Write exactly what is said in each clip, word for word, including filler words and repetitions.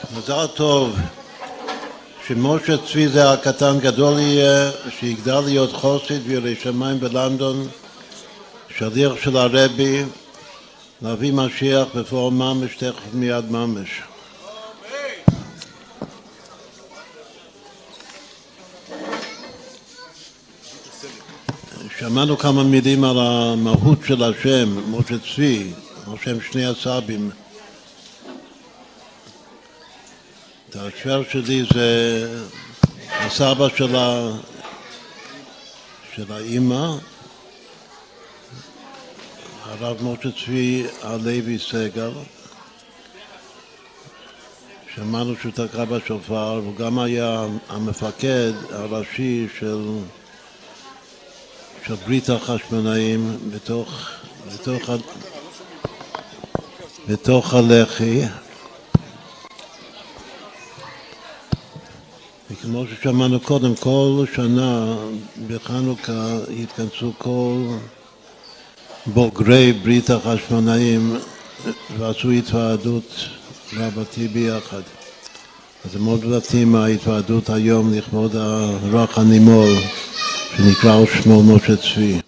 מזל טוב שמשה צבי זה הקטן גדול יהיה, שיגדל להיות חסיד וירא שמיים בלונדון, שליח של הרבי, להביא משיח בפועל ממש, תכף מיד ממש. שמענו כמה מילים על המהות של השם, משה צבי, השם שני הסבים. השם שלי זה הסבא של, ה... של האמא, הרב משה צבי הלוי סגל. שמענו שהוא תקע בשופר, הוא גם היה המפקד הראשי של, של ברית החשמונאים בתוך, בתוך, בתוך הלח"י. וכמו ששמענו קודם, כל שנה בחנוכה התכנסו כל בוגרי ברית החשמונאים ועשו התוועדות רבתי ביחד. אז זה מאוד מתאים ההתוועדות היום לכבוד הרוח הנימול שנקרא על שמו משה צבי.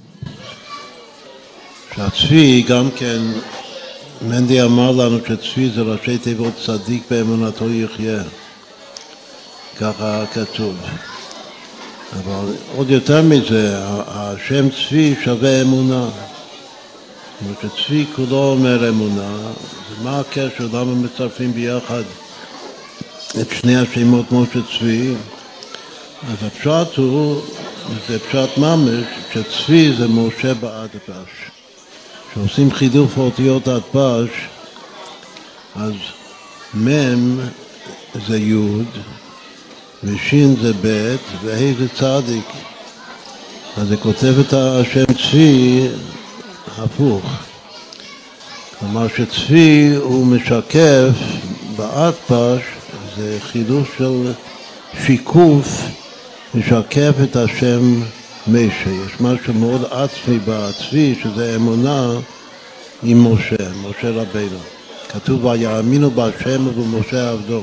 שהצבי גם כן, מנדי אמר לנו שצבי זה ראשי תיבות צדיק באמונתו יחיה. ככה כתוב. אבל עוד יותר מזה, השם צבי שווה אמונה. צבי כולו אומר אמונה. מה הקשר? למה מצרפים ביחד את שני השמות משה צבי? אז הפשט הוא, זה פשט ממש, שצבי זה משה באדבש. כשעושים חידוף האותיות אדבש, אז מם זה יוד, ושין זה בית, והי זה צדיק. אז זה כותב את השם צבי הפוך. כלומר שצבי הוא משקף באדבש, זה חידוש של שיקוף, משקף את השם משה. יש משהו מאוד עצמי בצבי, שזה אמונה עם משה, משה רבינו. כתוב ויאמינו בהשם ובמשה עבדו.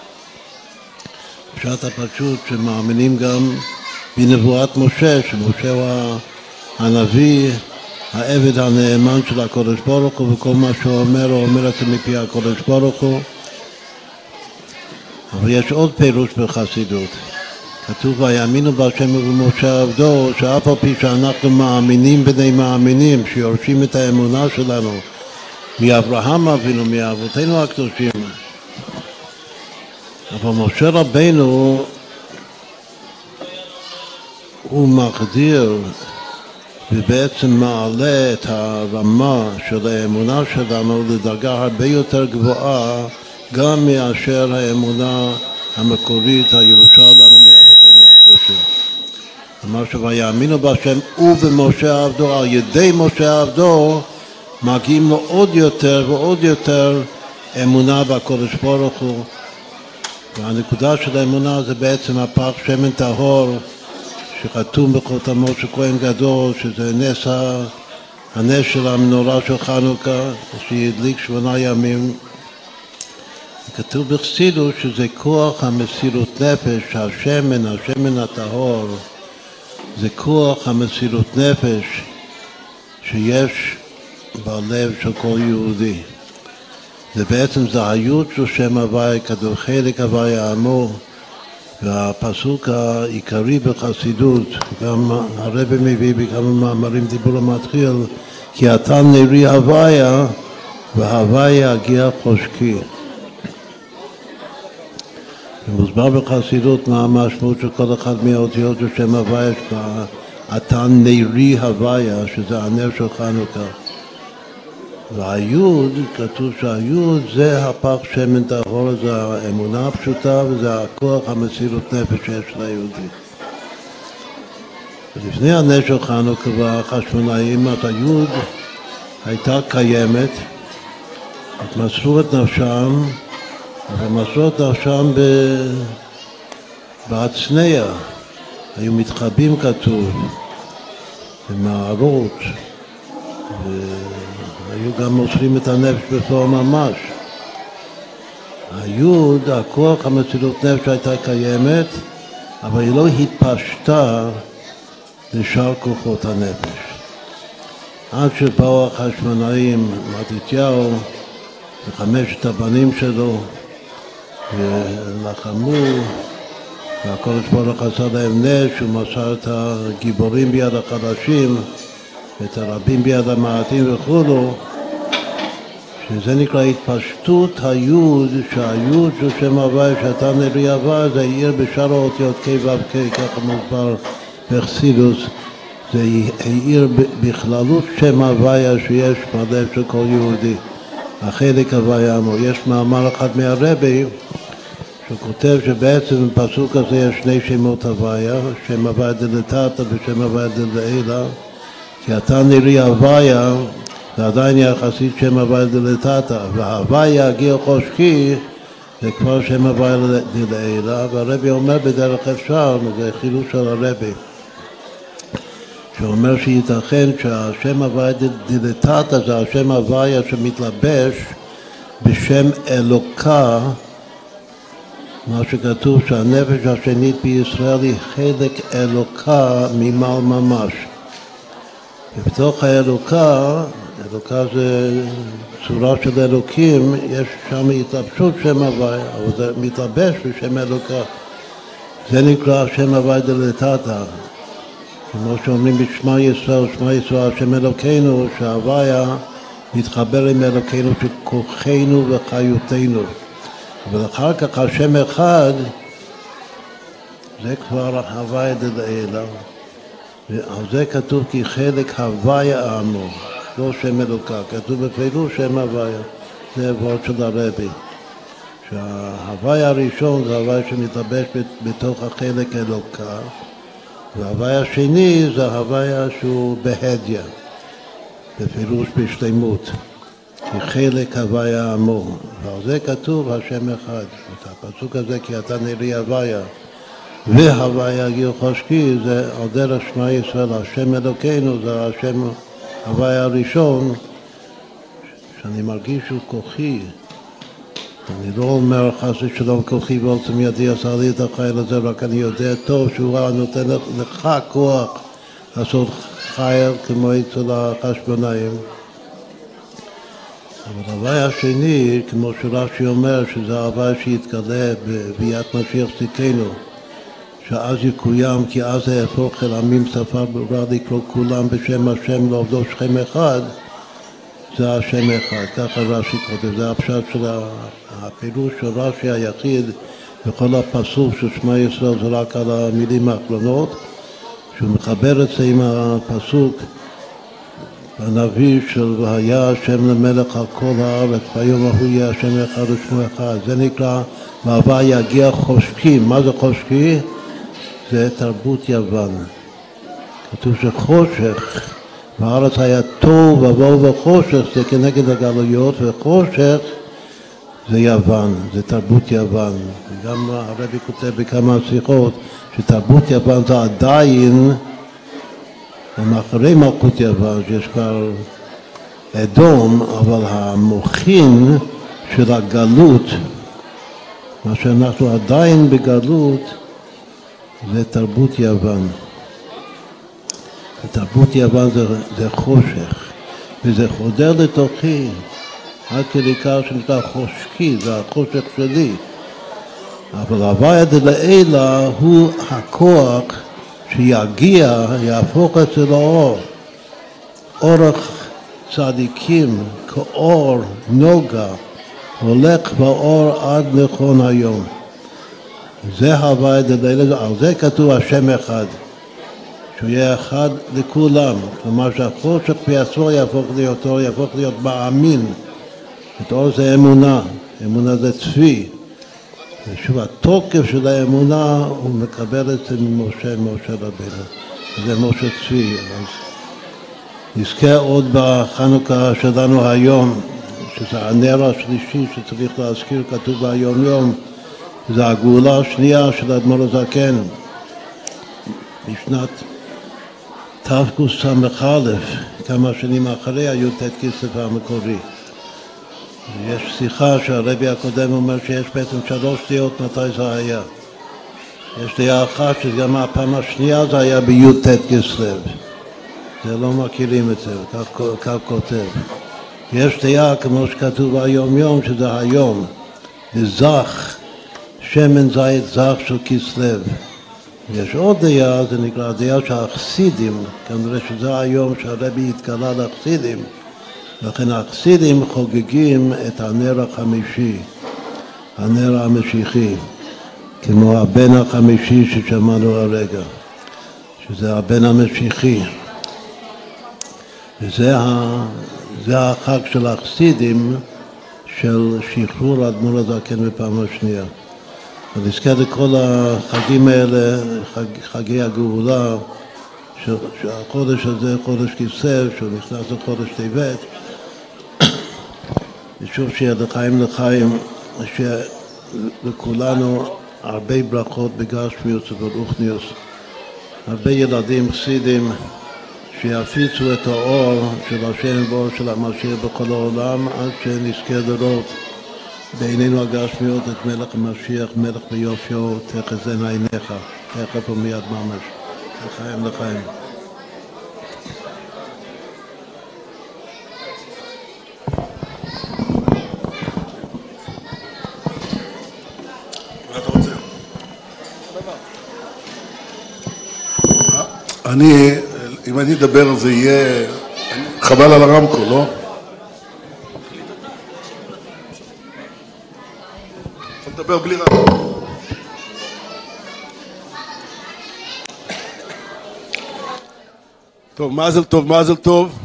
פשט הפשוט שמאמינים גם בנבואת משה, שמשה הוא הנביא, העבד הנאמן של הקודש ברוך הוא, וכל מה שהוא אומר, הוא אומר את זה מפי הקודש ברוך הוא. אבל יש עוד פירוש בחסידות. כתוב ויאמינו בהשם ובמשה עבדו, שאף על פי שאנחנו מאמינים בני מאמינים, שיורשים את האמונה שלנו מאברהם אבינו, מאבותינו הקדושים. אבל משה רבינו הוא מגדיר ובעצם מעלה את הרמה של האמונה שלנו לדרגה הרבה יותר גבוהה גם מאשר האמונה המקורית הירושה לנו מאבותינו הקדושים. כלומר שויאמינו בהשם ובמשה עבדו, על ידי משה עבדו מגיעים לו עוד יותר ועוד יותר אמונה בקודש ברוך הוא. והנקודה של האמונה זה בעצם הפך שמן טהור שחתום בחותמו של כהן גדול, שזה נס הנס של המנורה של חנוכה שהדליק שמונה ימים. כתוב בחסידות שזה כוח המסירות נפש, השמן, השמן הטהור, זה כוח המסירות נפש שיש בלב של כל יהודי. זה בעצם זהיות של שם הוואי, כתוב חלק הוואי העמו, והפסוק העיקרי בחסידות, גם הרבי מביא בכמה מאמרים דיבור המתחיל, כי אתה נרי הוויה והוויה הגיע חושקי. מוסבר בחסידות מה המשמעות של כל אחד מהאותיות של שם הוואי, אתה נרי הוויה, שזה הנר של חנוכה. והיוד, כתוב שהיוד זה הפך שמן טהור, זה האמונה הפשוטה וזה הכוח המסירות נפש שיש ליהודי. ולפני הנס של חנוכה והחשמונאים, אז היוד הייתה קיימת, מסרו את נפשם, ומסרו את נפשם בהצנע, היו מתחבאים כתוב, במערות, ו... היו גם מוסרים את הנפש בפועל ממש. היוד, הכוח המצילות נפש הייתה קיימת, אבל היא לא התפשטה לשאר כוחות הנפש. עד שבאו החשמונאים, מתתיהו, וחמשת הבנים שלו, ולחמו, והקדוש ברוך הוא עשה להם נס, הוא מסר את הגיבורים ביד החלשים, ואת הרבים ביד המעטים וכולו, שזה נקרא התפשטות היוד, שהיוד של שם הוויה, שאתה נרי הוויה, זה העיר בשאר האותיות K ו' K, ככה מוסבר בחסידות, זה העיר בכללות שם הוויה שיש בלב של כל יהודי. החלק הוויה עמו. יש מאמר אחד מהרבי, שכותב שבעצם בפסוק הזה יש שני שמות הוויה, שם הוויה דלתתא ושם הוויה דלעילא, כי אתה נרי הוויה, זה עדיין יחסית שם הוויה דלתתא, וההוויה הגיר חושקי, זה כבר שם הוויה דלעילא, והרבי אומר בדרך אפשר, זה חילוש של הרבי, שאומר שייתכן שהשם הוויה דלתתא זה השם הוויה שמתלבש בשם אלוקה, מה שכתוב שהנפש השנית בישראל היא חלק אלוקה ממעל ממש. ובתוך האלוקה, אלוקה זה צורה של אלוקים, יש שם התלבשות שם הוויה, אבל זה מתלבש בשם אלוקה. זה נקרא שם הוויה דלתתא. כמו שאומרים בשמע ישראל, שמע ישראל, השם אלוקינו, שההוויה מתחבר עם אלוקינו שכוחנו וחיותנו. אבל אחר כך השם אחד, זה כבר הוויה דלעילא. ועל זה כתוב כי חלק הוויה עמו, לא שם אלוקה, כתוב בפירוש שם הוויה. זה עבוד של הרבי. שההוויה הראשון זה הוויה שמתלבש בתוך החלק אלוקה, וההוויה השני זה ההוויה שהוא בהדיה, בפירוש בשלמות, כי חלק הוויה עמו, ועל זה כתוב השם אחד. את הפסוק הזה, כי אתה נרי הוויה, והוויה גיר חושקי, זה על דרך שמע ישראל, השם אלוקינו, זה השם הוויה הראשון, שאני מרגיש שהוא כוחי. אני לא אומר חס ושלום כוחי ועוצם ידי עשה לי את החיל הזה, רק אני יודע טוב שהוא נותן לך כוח לעשות חיל כמו אצל החשמונאים. אבל ההוויה השני, כמו שרש"י אומר, שזה ההוויה שיתגלה בביאת משיח צדקנו, שאז יקוים, כי אז יהפוך אל עמים שפה ברורה לקרוא כולם בשם השם לעובדו שכם אחד, זה השם אחד, ככה רש"י כותב, זה הפשט של הפירוש של רש"י היחיד בכל הפסוק של שמע ישראל, זה רק על המילים האחרונות, שהוא מחבר את זה עם הפסוק הנביא של והיה השם למלך על כל הארץ, ביום ההוא יהיה השם אחד ושמו אחד. זה נקרא והוויה יגיע חושקי. מה זה חושקי? זה תרבות יוון. כתוב שחושך, בארץ היה תוהו ובוהו וחושך, זה כנגד הגלויות, וחושך זה יוון, זה תרבות יוון. וגם הרבי כותב בכמה שיחות שתרבות יוון זה עדיין אחרי מלכות יוון, שיש כבר אדום, אבל המוחין של הגלות, מה שאנחנו עדיין בגלות, זה תרבות יוון. ותרבות יוון זה, זה חושך, וזה חודר לתוכי, עד כדי כך שנקרא חושקי, זה החושך שלי. אבל הוויה דלעילא הוא הכוח שיגיע, יהפוך אצל האור, אורך צדיקים כאור נוגה, הולך באור עד נכון היום. זה הוויה דלעילא, על זה כתוב השם אחד, שהוא יהיה אחד לכולם, כלומר שהחושך בעצמו יהפוך להיות אור, יהפוך להיות מאמין. את אור זה אמונה, אמונה זה צבי. ושוב, התוקף של האמונה הוא מקבל את זה ממשה, משה רבינו. זה משה צבי. אז נזכה עוד בחנוכה שלנו היום, שזה הנר השלישי שצריך להזכיר, כתוב ביום יום, זה הגאולה השנייה של האדמו"ר הזקן, בשנת תקס"א, כמה שנים אחרי הי"ט כסלו המקורי. יש שיחה שהרבי הקודם אומר שיש בעצם שלוש דעות מתי זה היה. יש דעה אחת שגם הפעם השנייה זה היה בי"ט כסלו. זה לא מכירים את זה, כך, כך כותב. יש דעה כמו שכתוב היום יום שזה היום, בזך, שמן זית זך של כסלו. יש עוד דעה, זה נקרא דעה של החסידים, כנראה שזה היום שהרבי התגלה לחסידים. לכן החסידים חוגגים את הנר החמישי, הנר המשיחי, כמו הבן החמישי ששמענו הרגע, שזה הבן המשיחי. וזה ה, זה החג של החסידים של שחרור האדמו"ר הזקן בפעם השנייה. ונזכר לכל החגים האלה, חג, חגי הגאולה, שהחודש הזה, חודש כסלו, שהוא נכנס לחודש טבת, ושוב שיהיה לחיים לחיים, שלכולנו הרבה ברכות בגשמיות וברוחניות, הרבה ילדים חסידים שיפיצו את האור של השם ואור של המשיח בכל העולם, עד שנזכה לראות בעינינו הגשמיות את מלך המשיח, מלך ביופיו, תחזינה עיניך, תכף ומיד ממש, לחיים לחיים. אני, אם אני אדבר על זה יהיה חבל על הרמקול, לא? אני אדבר בלי רמקול. טוב, מזל טוב, מזל טוב.